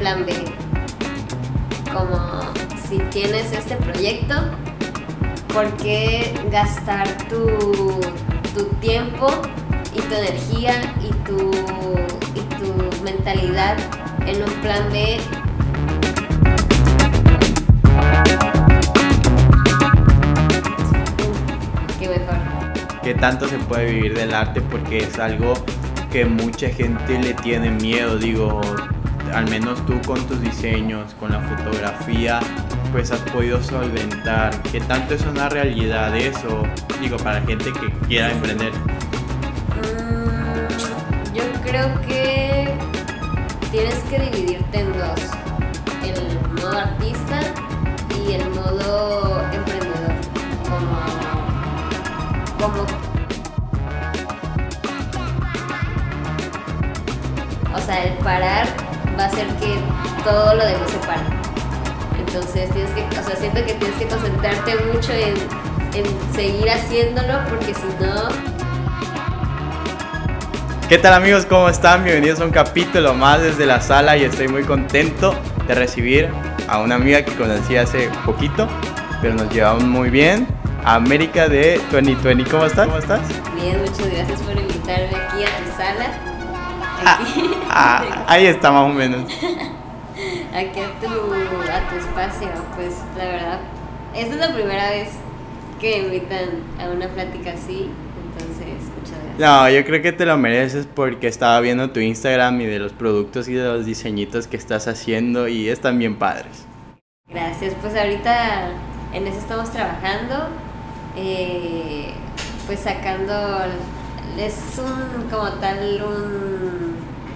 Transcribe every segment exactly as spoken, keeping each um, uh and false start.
plan B. Como si tienes este proyecto, ¿por qué gastar tu, tu tiempo y tu energía y tu, y tu mentalidad en un plan B? Qué mejor. ¿Qué tanto se puede vivir del arte? Porque es algo que mucha gente le tiene miedo, digo, al menos tú con tus diseños, con la fotografía, pues has podido solventar. ¿Qué tanto es una realidad eso? Digo, para gente que quiera emprender. Mm, yo creo que tienes que dividirte en dos, el modo artista y el modo emprendedor, como, como o sea, el parar va a hacer que todo lo demás se pare. Entonces tienes que, o sea, siento que tienes que concentrarte mucho en, en seguir haciéndolo, porque si no... ¿Qué tal, amigos? ¿Cómo están? Bienvenidos a un capítulo más desde la sala y estoy muy contento de recibir a una amiga que conocí hace poquito, pero nos llevamos muy bien, a América de veinte veinte. ¿Cómo estás? ¿Cómo estás? Bien, muchas gracias por invitarme aquí a tu sala. Aquí. Ah, ah, ahí está más o menos. Aquí a tu, a tu espacio. Pues la verdad, esta es la primera vez que me invitan a una plática así, entonces muchas gracias. No, yo creo que te lo mereces porque estaba viendo tu Instagram y de los productos y de los diseñitos que estás haciendo y están bien padres. Gracias, pues ahorita en eso estamos trabajando, eh, pues sacando, es un como tal un...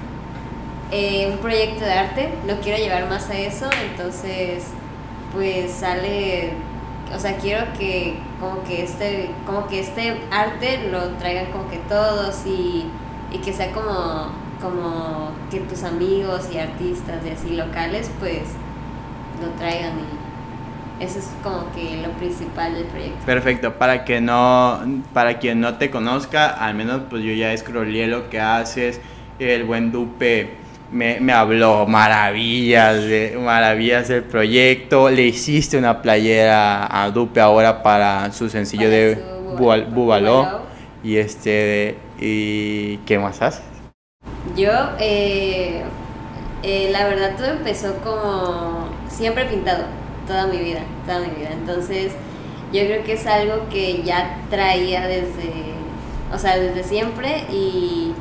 Eh, un proyecto de arte, lo quiero llevar más a eso, entonces pues sale, o sea, quiero que como que este, como que este arte lo traigan como que todos y, y que sea como, como que tus amigos y artistas y así locales pues lo traigan, y eso es como que lo principal del proyecto. Perfecto, para que no, para quien no te conozca, al menos pues yo ya scrollé lo que haces, el buen Dupe Me, me habló maravillas, de, maravillas del proyecto. Le hiciste una playera a Dupe ahora para su sencillo Para de su Bubaló. Bubaló. Y este, y ¿qué más haces? Yo, eh, eh, la verdad todo empezó como siempre pintado, toda mi vida, toda mi vida. Entonces yo creo que es algo que ya traía desde, o sea, desde siempre y,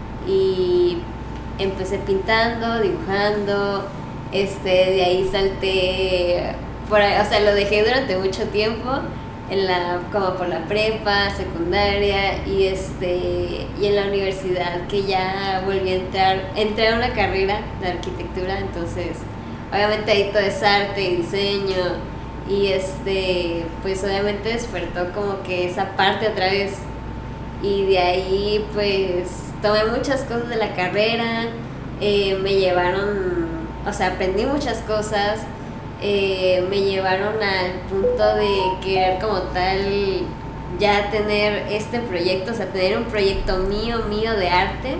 y empecé pintando, dibujando, este, de ahí salté, por ahí, o sea, lo dejé durante mucho tiempo, en la, como por la prepa, secundaria, y este, y en la universidad, que ya volví a entrar, entré a una carrera de arquitectura, entonces, obviamente ahí todo es arte y diseño, y este, pues obviamente despertó como que esa parte otra vez, y de ahí pues tomé muchas cosas de la carrera, eh, me llevaron, o sea, aprendí muchas cosas, eh, me llevaron al punto de querer como tal ya tener este proyecto, o sea, tener un proyecto mío, mío de arte,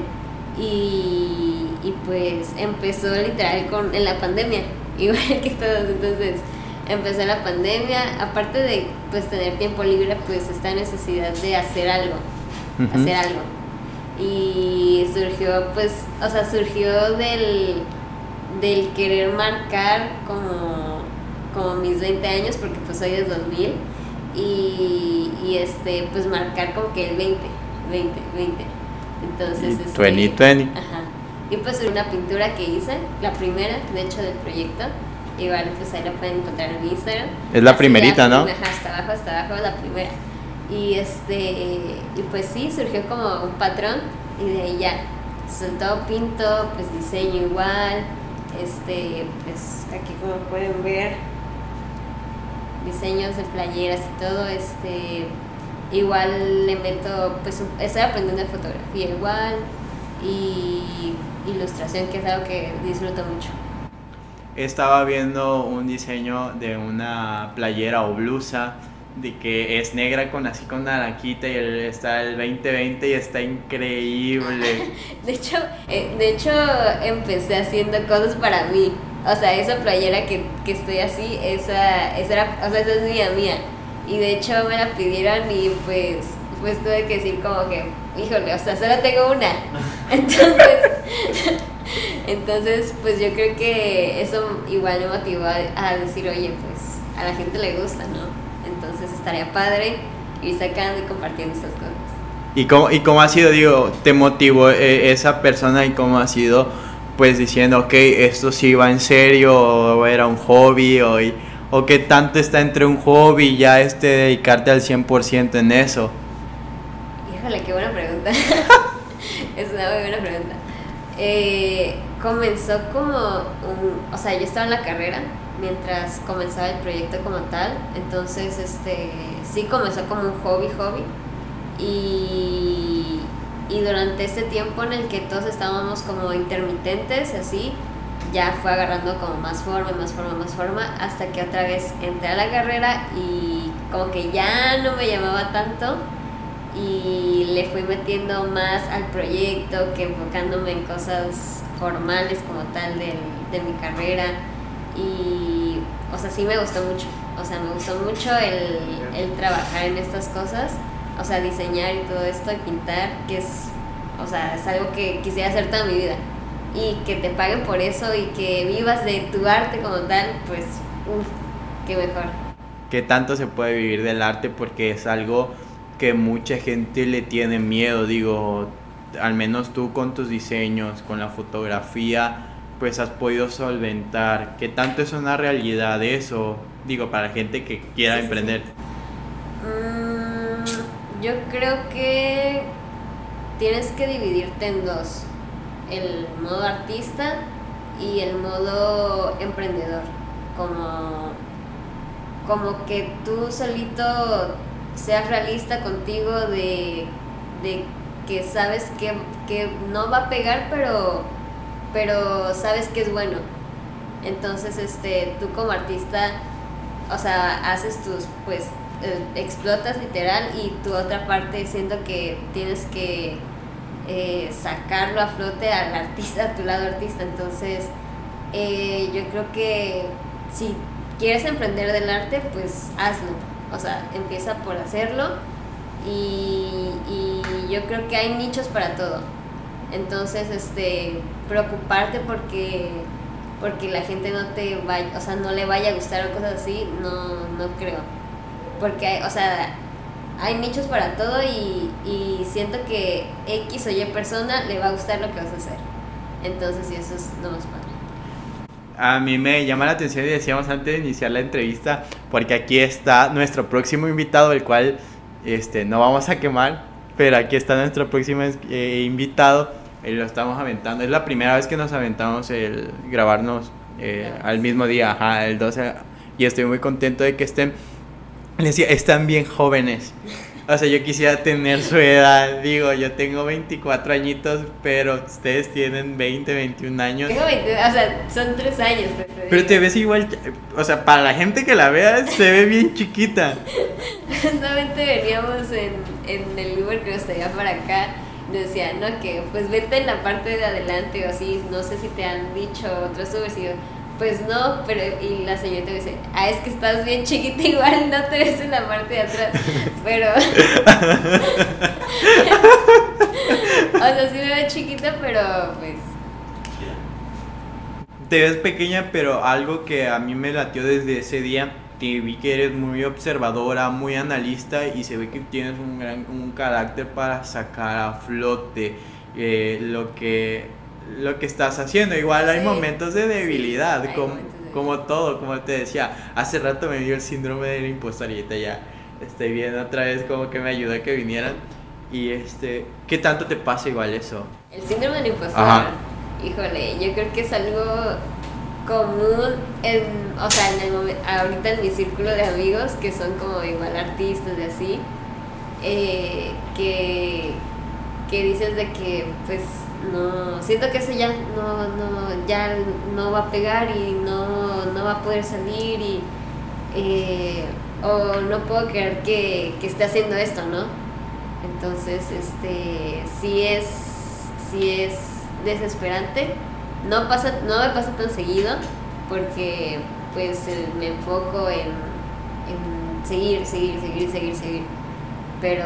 y, y pues empezó literal con, en la pandemia, igual que todos, entonces empezó la pandemia, aparte de pues tener tiempo libre, pues esta necesidad de hacer algo, uh-huh. hacer algo. Y surgió pues, o sea, surgió del, del querer marcar como, como mis veinte años, porque pues soy de dos mil, y, y este, pues marcar como que el veinte, veinte, veinte. Entonces, este, veinte veinte. Ajá. Y pues una pintura que hice, la primera, de hecho, del proyecto, igual pues ahí la pueden encontrar en mi Instagram. Es la primerita, ¿no? Ajá, hasta abajo, hasta abajo, la primera. Y este, y pues sí, surgió como un patrón y de ahí ya, todo pinto, pues diseño igual, este, pues aquí como pueden ver, diseños de playeras y todo, este, igual le meto, pues estoy aprendiendo de fotografía igual y ilustración, que es algo que disfruto mucho. Estaba viendo un diseño de una playera o blusa de que es negra con así con naranjita y el, está el veinte veinte y está increíble. De hecho, eh, de hecho empecé haciendo cosas para mí. O sea, esa playera que, que estoy así, esa, esa era, o sea, esa es mía mía. Y de hecho me la pidieron y pues, pues tuve que decir como que, híjole, o sea, solo tengo una. Entonces, entonces pues yo creo que eso igual me motivó a, a decir, oye, pues a la gente le gusta, ¿no? Entonces estaría padre ir sacando y compartiendo estas cosas. ¿Y cómo, y cómo ha sido, digo, te motivó eh, esa persona y cómo ha sido, pues diciendo, ok, esto sí va en serio o era un hobby o, o qué tanto está entre un hobby y ya este dedicarte al cien por ciento en eso? Híjole, qué buena pregunta. Es una muy buena pregunta. Eh, comenzó como un, o sea, yo estaba en la carrera mientras comenzaba el proyecto como tal, entonces este sí comenzó como un hobby hobby y, y durante este tiempo en el que todos estábamos como intermitentes así, ya fue agarrando como más forma, más forma, más forma, hasta que otra vez entré a la carrera y como que ya no me llamaba tanto y le fui metiendo más al proyecto que enfocándome en cosas formales como tal del, de mi carrera. Y, o sea, sí me gustó mucho, o sea, me gustó mucho el, el trabajar en estas cosas, o sea, diseñar y todo esto y pintar, que es, o sea, es algo que quisiera hacer toda mi vida y que te paguen por eso y que vivas de tu arte como tal, pues, uff, qué mejor. ¿Qué tanto se puede vivir del arte? Porque es algo que mucha gente le tiene miedo, digo, al menos tú con tus diseños, con la fotografía, pues has podido solventar. ¿Qué tanto es una realidad eso? Digo, para la gente que quiera sí, emprender. Sí, sí. Mm, yo creo que tienes que dividirte en dos. El modo artista y el modo emprendedor. Como, como que tú solito seas realista contigo de, de que sabes que, que no va a pegar, pero... pero sabes que es bueno. Entonces este tú como artista, o sea, haces tus, pues eh, explotas literal, y tu otra parte siento que tienes que eh, sacarlo a flote al artista, a tu lado artista. Entonces eh, yo creo que si quieres emprender del arte, pues hazlo, o sea, empieza por hacerlo y, y yo creo que hay nichos para todo. Entonces, este, preocuparte porque porque la gente no te vaya, o sea, no le vaya a gustar o cosas así, no, no creo. Porque hay, o sea, hay nichos para todo y, y siento que X o Y persona le va a gustar lo que vas a hacer. Entonces, sí, eso es lo más padre. A mí me llama la atención y decíamos antes de iniciar la entrevista, porque aquí está nuestro próximo invitado, el cual este, no vamos a quemar, pero aquí está nuestro próximo eh, invitado. Y lo estamos aventando. Es la primera vez que nos aventamos el grabarnos eh, al mismo día, ajá, el doce. Y estoy muy contento de que estén. Les decía, están bien jóvenes. O sea, yo quisiera tener su edad. Digo, yo tengo veinticuatro añitos, pero ustedes tienen veinte, veintiún años. Tengo veinte, o sea, son tres años. Te te pero te ves igual. O sea, para la gente que la vea, se ve bien chiquita. Justamente veníamos en, en el Uber que nos traía para acá. Nos decía, no, que pues vete en la parte de adelante o así, no sé si te han dicho otros Ubers, y yo, pues no, pero, y la señorita me dice, ah, es que estás bien chiquita, igual no te ves en la parte de atrás, pero, o sea, sí me veo chiquita, pero pues... Te ves pequeña, pero algo que a mí me latió desde ese día, te vi que eres muy observadora, muy analista y se ve que tienes un gran un carácter para sacar a flote eh, lo que lo que estás haciendo. Igual sí, hay momentos de debilidad, sí, como, momentos de como todo, como te decía. Hace rato me dio el síndrome del impostor y ahorita ya estoy viendo otra vez como que me ayuda a que vinieran. Y este, ¿qué tanto te pasa igual eso? El síndrome del impostor, ajá, híjole, yo creo que es algo común en, o sea, en el momento, ahorita en mi círculo de amigos que son como igual artistas y así, eh, que, que dices de que pues no, siento que eso ya no, no, ya no va a pegar y no, no va a poder salir y eh, o no puedo creer que, que esté haciendo esto, ¿no? Entonces, este, sí es, sí es desesperante. No pasa, no me pasa tan seguido porque pues eh, me enfoco en, en seguir, seguir, seguir, seguir, seguir. Pero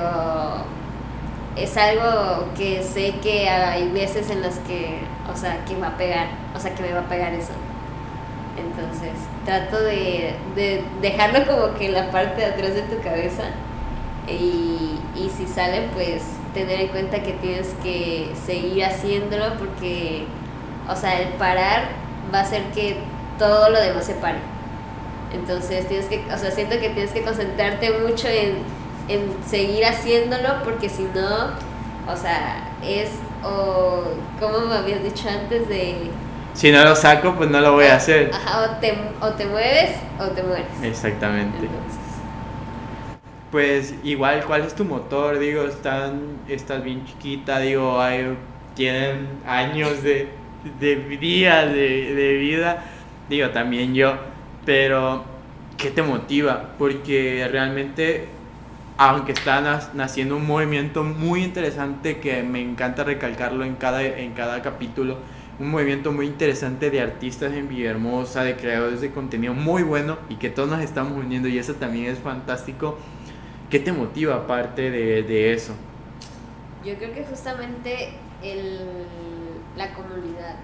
es algo que sé que hay veces en las que, o sea, que va a pegar, o sea, que me va a pegar eso. Entonces, trato de, de dejarlo como que en la parte de atrás de tu cabeza y, y si sale, pues tener en cuenta que tienes que seguir haciéndolo porque, o sea, el parar va a hacer que todo lo demás se pare. Entonces, tienes que, o sea, siento que tienes que concentrarte mucho en, en seguir haciéndolo porque si no, o sea, es, o como me habías dicho antes de... Si no lo saco, pues no lo voy a hacer. Ajá, o te, o te mueves o te mueres. Exactamente. Entonces, pues igual, ¿cuál es tu motor? Digo, están, estás bien chiquita, digo, hay, tienen años de, de días de, de vida, digo, también yo, pero ¿qué te motiva? Porque realmente, aunque está naciendo un movimiento muy interesante que me encanta recalcarlo en cada, en cada capítulo, un movimiento muy interesante de artistas en Villahermosa, de creadores de contenido muy bueno y que todos nos estamos uniendo y eso también es fantástico. ¿Qué te motiva aparte de, de eso? yo creo que justamente el, la comunidad,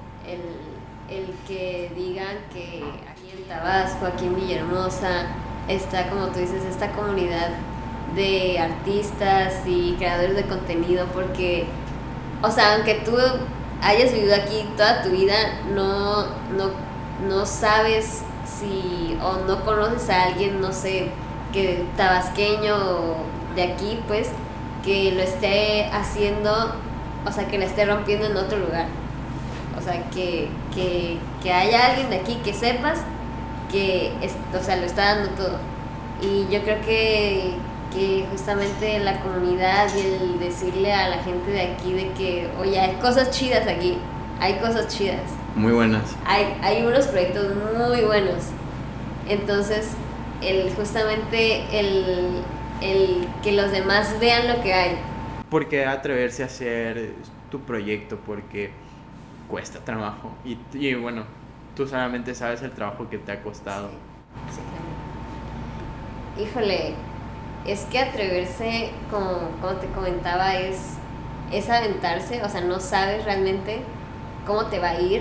el, el que digan que aquí en Tabasco, aquí en Villahermosa, está, como tú dices, esta comunidad de artistas y creadores de contenido, porque, o sea, aunque tú hayas vivido aquí toda tu vida, no, no, no sabes si, o no conoces a alguien, no sé, que tabasqueño de aquí, pues, que lo esté haciendo, o sea, que la esté rompiendo en otro lugar. O sea, que, que, que haya alguien de aquí que sepas que, es, o sea, lo está dando todo. Y yo creo que, que justamente la comunidad y el decirle a la gente de aquí de que, oye, hay cosas chidas aquí, hay cosas chidas. Muy buenas. Hay, hay unos proyectos muy buenos. Entonces, el, justamente el, el que los demás vean lo que hay. ¿Por qué atreverse a hacer tu proyecto? Porque cuesta trabajo. Y, y bueno, tú solamente sabes el trabajo que te ha costado. Sí, sí, híjole, es que atreverse, como, como te comentaba, es, es aventarse, o sea, no sabes realmente cómo te va a ir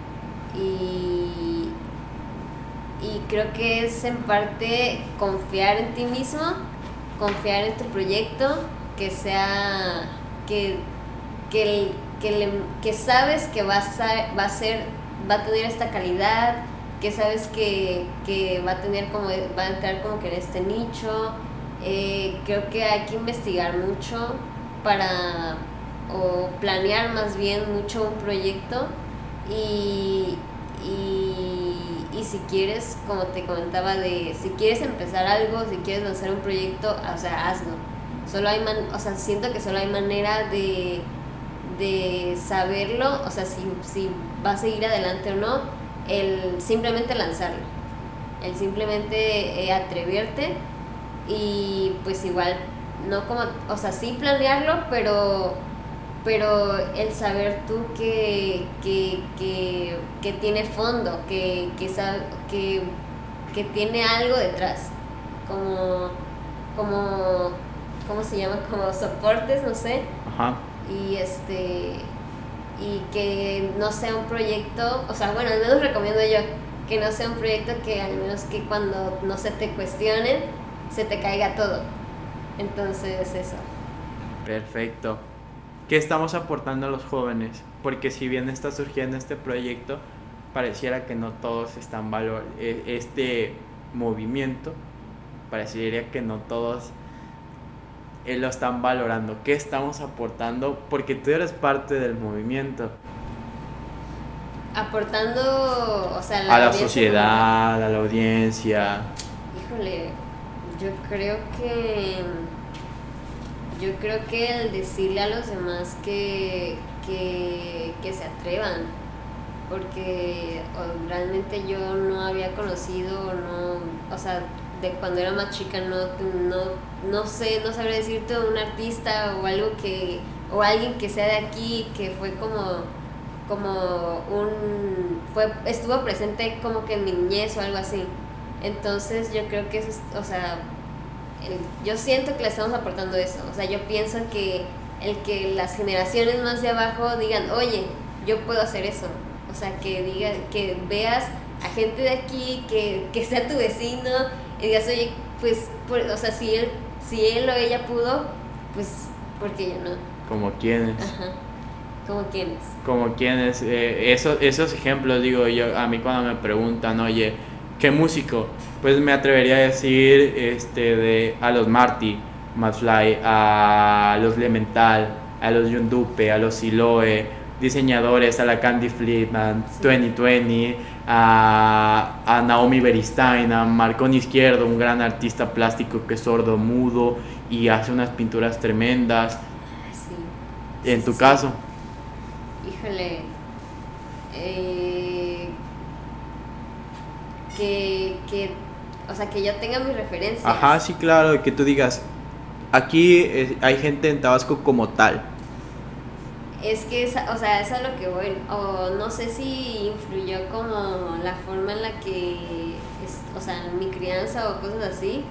y, y creo que es en parte confiar en ti mismo, confiar en tu proyecto, que sea, que, que, que, le, que sabes que va a, ser, va a ser, va a tener esta calidad, que sabes que, que va a tener como, va a entrar como que en este nicho. Eh, creo que hay que investigar mucho para, o planear más bien mucho un proyecto y, y, y si quieres, como te comentaba, de si quieres empezar algo, si quieres lanzar un proyecto, o sea, hazlo. Solo hay man, o sea, siento que solo hay manera de, de saberlo, o sea, si, si va a seguir adelante o no, el simplemente lanzarlo, el simplemente eh, atreverte. Y pues igual, no como, o sea, sí planearlo, pero pero el saber tú que, que, que, que tiene fondo, que, que, sabe, que, que tiene algo detrás, como, como, ¿cómo se llama? Como soportes, no sé. Ajá. Y este, y que no sea un proyecto, o sea, bueno, al menos recomiendo yo, que no sea un proyecto que al menos que cuando no se te cuestionen, se te caiga todo. Entonces, eso. Perfecto. ¿Qué estamos aportando a los jóvenes? Porque si bien está surgiendo este proyecto, pareciera que no todos están valor este movimiento, pareciera que no todos eh, lo están valorando. ¿Qué estamos aportando? Porque tú eres parte del movimiento. Aportando, o sea, la a la sociedad, como... a la audiencia. Híjole, yo creo que yo creo que el decirle a los demás que que, que se atrevan, porque o, realmente yo no había conocido, no, o sea, de cuando era más chica no, no, no sé, no sabría decirte un artista o algo que, o alguien que sea de aquí, que fue como, como un, fue, estuvo presente como que en mi niñez o algo así. Entonces yo creo que eso es, o sea, el, yo siento que le estamos aportando eso, o sea, yo pienso que el que las generaciones más de abajo digan, oye, yo puedo hacer eso, o sea, que diga, que veas a gente de aquí, que, que sea tu vecino, y digas, oye, pues, por, o sea, si él, si él o ella pudo, pues, ¿por qué yo no? Como quienes. Ajá. ¿Como quiénes? Como quienes. Eh, esos, esos ejemplos, digo yo, a mí cuando me preguntan, oye, ¿qué músico? Pues me atrevería a decir este, de, a los Marty, Madfly, a los Elemental, a los Yundupe, a los Siloe, diseñadores, a la Candy Fleetman, sí. veinte veinte, a, a Naomi Beristain, a Marcón Izquierdo, un gran artista plástico que es sordo mudo y hace unas pinturas tremendas. Sí. En sí, tu sí. caso. Híjole, eh, que, que, o sea, que yo tenga mis referencias. Ajá, sí, claro, que tú digas, aquí eh, hay gente en Tabasco como tal. Es que, es, o sea, es a lo que voy, o no sé si influyó como la forma en la que, es, o sea, mi crianza o cosas así,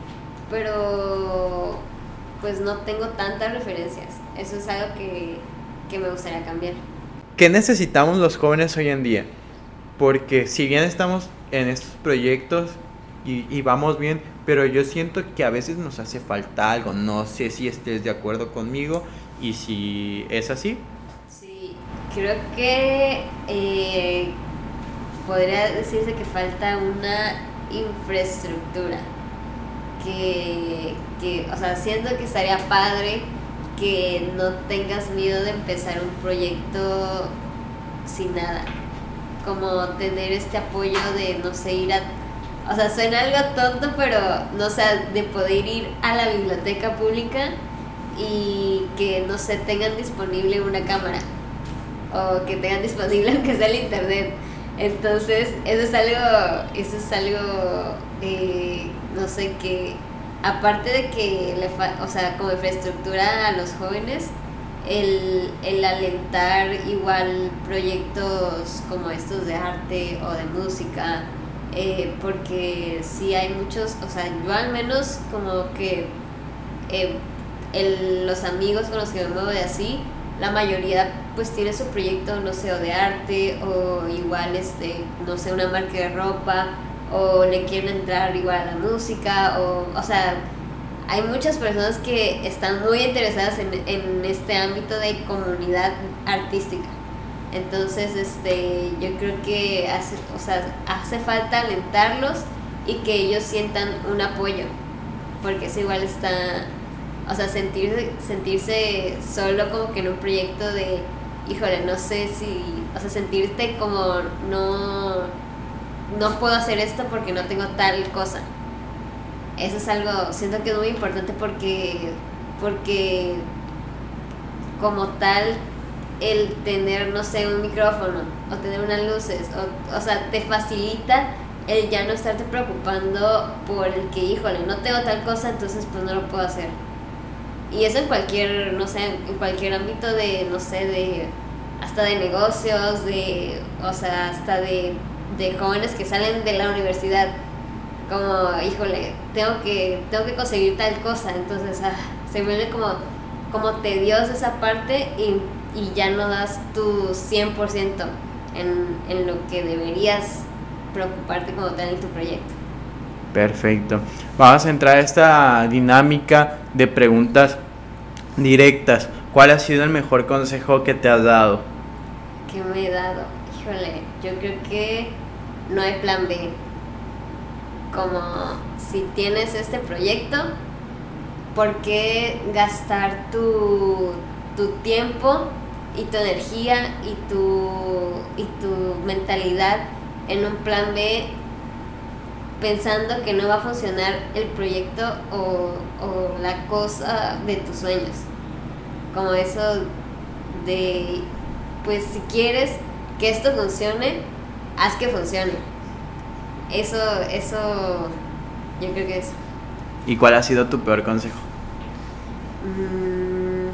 pero pues no tengo tantas referencias. Eso es algo que, que me gustaría cambiar. ¿Qué necesitamos los jóvenes hoy en día? Porque si bien estamos en estos proyectos y, y vamos bien, pero yo siento que a veces nos hace falta algo. No sé si estés de acuerdo conmigo y si es así. Sí, creo que eh, podría decirse que falta una infraestructura. Que, que, o sea, siento que estaría padre que no tengas miedo de empezar un proyecto sin nada, como tener este apoyo de, no sé, ir a, o sea, suena algo tonto, pero, no sé, de poder ir a la biblioteca pública y que, no sé, tengan disponible una cámara, o que tengan disponible aunque sea el internet. Entonces, eso es algo, eso es algo, eh, no sé, que aparte de que le fa- o sea, como infraestructura a los jóvenes, el, el alentar igual proyectos como estos de arte o de música, eh, porque sí hay muchos, o sea, yo al menos como que eh, el, los amigos con los que me muevo de así, la mayoría pues tiene su proyecto, no sé, o de arte, o igual, este, no sé, una marca de ropa, o le quieren entrar igual a la música, o, o sea, hay muchas personas que están muy interesadas en, en este ámbito de comunidad artística. Entonces, este, yo creo que hace, o sea, hace falta alentarlos y que ellos sientan un apoyo, porque es igual está, o sea, sentirse, sentirse solo como que en un proyecto de, híjole, no sé si, o sea, sentirte como no, no puedo hacer esto porque no tengo tal cosa. Eso es algo, siento que es muy importante porque, porque como tal, el tener, no sé, un micrófono o tener unas luces, o, o sea, te facilita el ya no estarte preocupando por el que, híjole, no tengo tal cosa, entonces pues no lo puedo hacer. Y eso en cualquier, no sé, en cualquier ámbito de, no sé, de hasta de negocios, de, o sea, hasta de, de jóvenes que salen de la universidad, como, híjole, tengo que, tengo que conseguir tal cosa, entonces ah, se vuelve como, como tediosa esa parte y, y ya no das tu cien por ciento en, en lo que deberías preocuparte como tal en tu proyecto. Perfecto. Vamos a entrar a esta dinámica de preguntas directas. ¿Cuál ha sido el mejor consejo que te has dado? ¿Qué me he dado? Híjole, yo creo que no hay plan B. Como si tienes este proyecto, ¿por qué gastar tu, tu tiempo y tu energía y tu, y tu mentalidad en un plan B pensando que no va a funcionar el proyecto o, o la cosa de tus sueños? Como eso de, pues si quieres que esto funcione, haz que funcione. Eso, eso, yo creo que es ¿Y cuál ha sido tu peor consejo? Mm,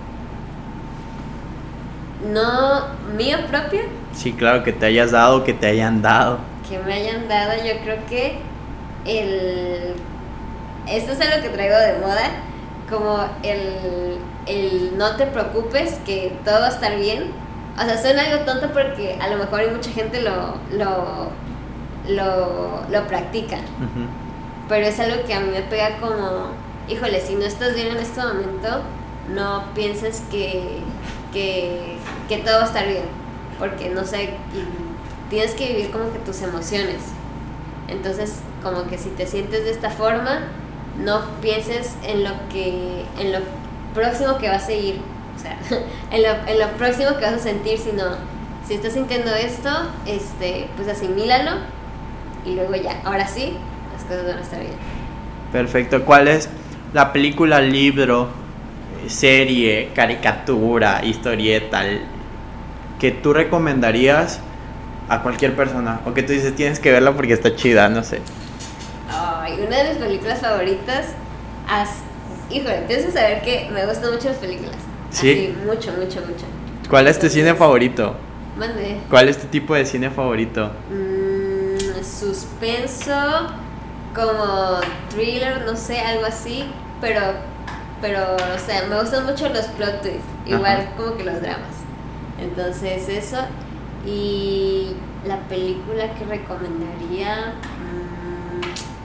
no, mío propio. Sí, claro, que te hayas dado, que te hayan dado. Que me hayan dado, yo creo que el... Esto es algo que traigo de moda, como el, el no te preocupes, que todo va a estar bien. O sea, suena algo tonto porque a lo mejor hay mucha gente lo, lo, lo, lo practica. Uh-huh. Pero es algo que a mí me pega como, híjole, si no estás bien en este momento, no pienses que, que, que todo va a estar bien. Porque, no sé, tienes que vivir como que tus emociones. Entonces, como que si te sientes de esta forma, no pienses en lo que en lo próximo que vas a seguir, o sea, en lo, en lo próximo que vas a sentir, sino si estás sintiendo esto, este, pues asimílalo y luego ya, ahora sí, las cosas van a estar bien. Perfecto. ¿Cuál es la película, libro, serie, caricatura, historieta que tú recomendarías a cualquier persona? O que tú dices, tienes que verla porque está chida, no sé. Ay, una de mis películas favoritas, as, híjole, tienes que saber que me gustan mucho las películas. ¿Sí? Así, mucho, mucho, mucho. ¿Cuál es Entonces, tu cine favorito? Mande. ¿Cuál es tu tipo de cine favorito? Mm, suspenso, como thriller, no sé, algo así, pero, pero, o sea, me gustan mucho los plot twists, igual Ajá. como que los dramas. Entonces eso, y la película que recomendaría, mmm,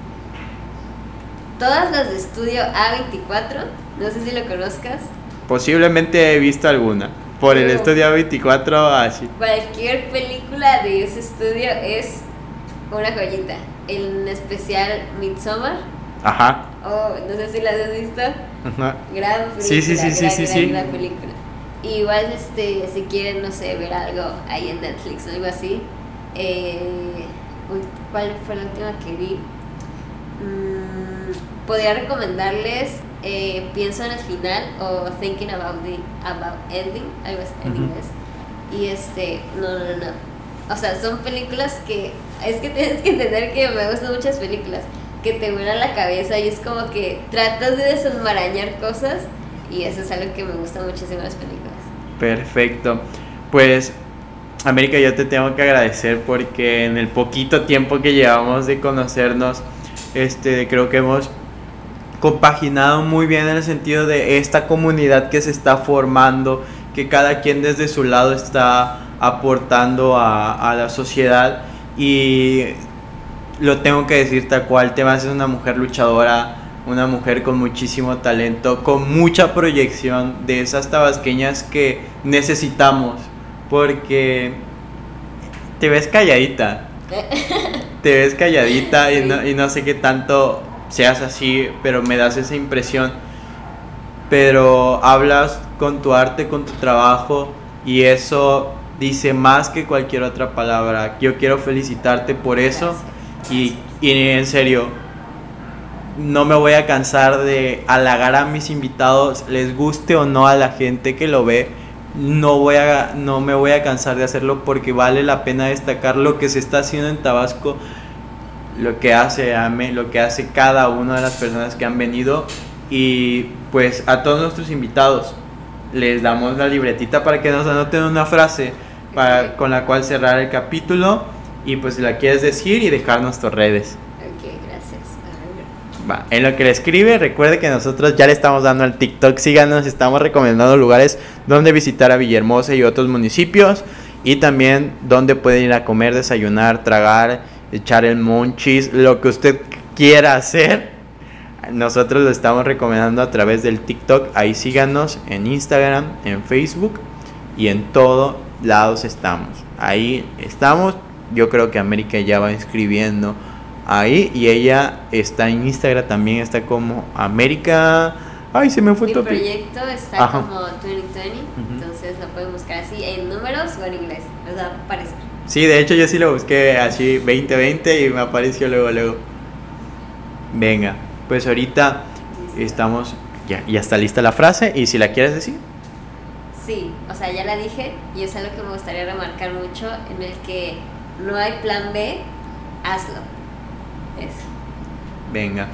todas las de estudio A veinticuatro, no sé si lo conozcas. Posiblemente he visto alguna, por el estudio A veinticuatro, así. Cualquier película de ese estudio es una joyita, en especial Midsommar. Ajá. Oh, no sé si la has visto. Ajá. Gran película, sí, sí, sí, gran, sí, gran, sí, gran, sí. gran película. Igual, este, si quieren, no sé, ver algo ahí en Netflix o algo así, eh, ¿cuál fue la última que vi? Mm, podría recomendarles eh, Pienso en el final o Thinking About the About Ending, algo así en uh-huh. inglés. Y este, no, no, no. O sea, son películas que, es que tienes que entender que me gustan muchas películas, que te vuelan la cabeza y es como que tratas de desenmarañar cosas. Y eso es algo que me gusta muchísimo en las películas. Perfecto. Pues, América, yo te tengo que agradecer porque en el poquito tiempo que llevamos de conocernos, este, creo que hemos compaginado muy bien en el sentido de esta comunidad que se está formando, que cada quien desde su lado está aportando a, a la sociedad. Y lo tengo que decir tal cual, te vas a ser una mujer luchadora, una mujer con muchísimo talento, con mucha proyección, de esas tabasqueñas que necesitamos, porque te ves calladita, te ves calladita sí. y, no, y no sé qué tanto seas así, pero me das esa impresión, pero hablas con tu arte, con tu trabajo, y eso dice más que cualquier otra palabra. Yo quiero felicitarte por eso. y, y en serio, no me voy a cansar de halagar a mis invitados, les guste o no a la gente que lo ve. No voy a, no me voy a cansar de hacerlo porque vale la pena destacar lo que se está haciendo en Tabasco, lo que hace Ame, lo que hace cada una de las personas que han venido. Y pues a todos nuestros invitados les damos la libretita para que nos anoten una frase para, con la cual cerrar el capítulo, y pues si la quieres decir y dejarnos tus redes. Va, en lo que le escribe, recuerde que nosotros ya le estamos dando al TikTok, síganos, estamos recomendando lugares donde visitar a Villahermosa y otros municipios, y también donde pueden ir a comer, desayunar, tragar, echar el monchis, lo que usted quiera hacer. Nosotros lo estamos recomendando a través del TikTok. Ahí síganos en Instagram, en Facebook y en todos lados estamos. Ahí estamos. Yo creo que América ya va escribiendo ahí, y ella está en Instagram también, está como América. Ay, se me fue Mi todo. proyecto está Ajá. como veinte veinte, uh-huh. Entonces lo pueden buscar así en números o en inglés, les va a aparecer. Sí, de hecho yo sí lo busqué así veinte veinte y me apareció luego luego. Venga, pues ahorita sí, estamos, ya, ya está lista la frase, y si la quieres decir. Sí, o sea, ya la dije, y es algo que me gustaría remarcar mucho, en el que no hay plan B, hazlo. Eso. Venga,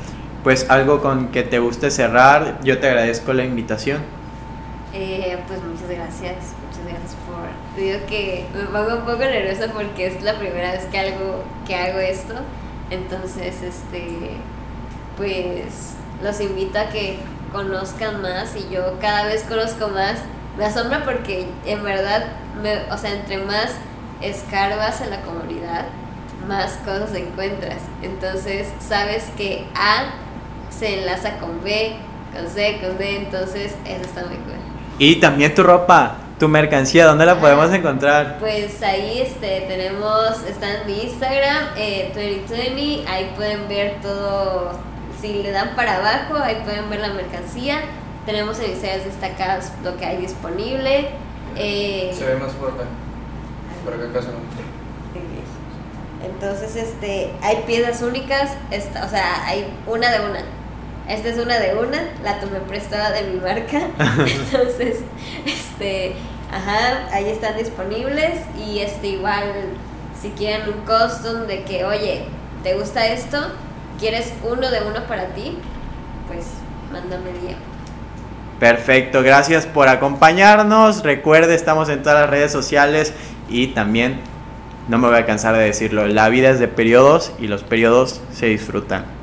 pues algo con que te guste cerrar. Yo te agradezco la invitación. Eh, pues muchas gracias, muchas gracias por... Te digo que me pongo un poco nerviosa porque es la primera vez que, algo, que hago esto, entonces, este, pues los invito a que conozcan más y yo cada vez conozco más. Me asombra porque en verdad, me, o sea, entre más escarbas en la comunidad, más cosas encuentras. Entonces sabes que A se enlaza con B, con C, con D, entonces eso está muy cool. Y también tu ropa, tu mercancía, ¿dónde la podemos ah, encontrar? Pues ahí este, tenemos, está en mi Instagram, eh, veinte veinte, ahí pueden ver todo, si le dan para abajo, ahí pueden ver la mercancía. Tenemos en ediciones destacadas lo que hay disponible. Eh, Se ve más por acá, por acá casi no. Entonces, este, hay piezas únicas, esta, o sea, hay una de una. Esta es una de una, la tomé prestada de mi marca. Entonces, este, ajá, ahí están disponibles. Y este, igual, si quieren un custom de que, oye, ¿te gusta esto? ¿Quieres uno de uno para ti? Pues, mándame D M. Perfecto, gracias por acompañarnos. Recuerde, estamos en todas las redes sociales y también, no me voy a cansar de decirlo, la vida es de periodos y los periodos se disfrutan.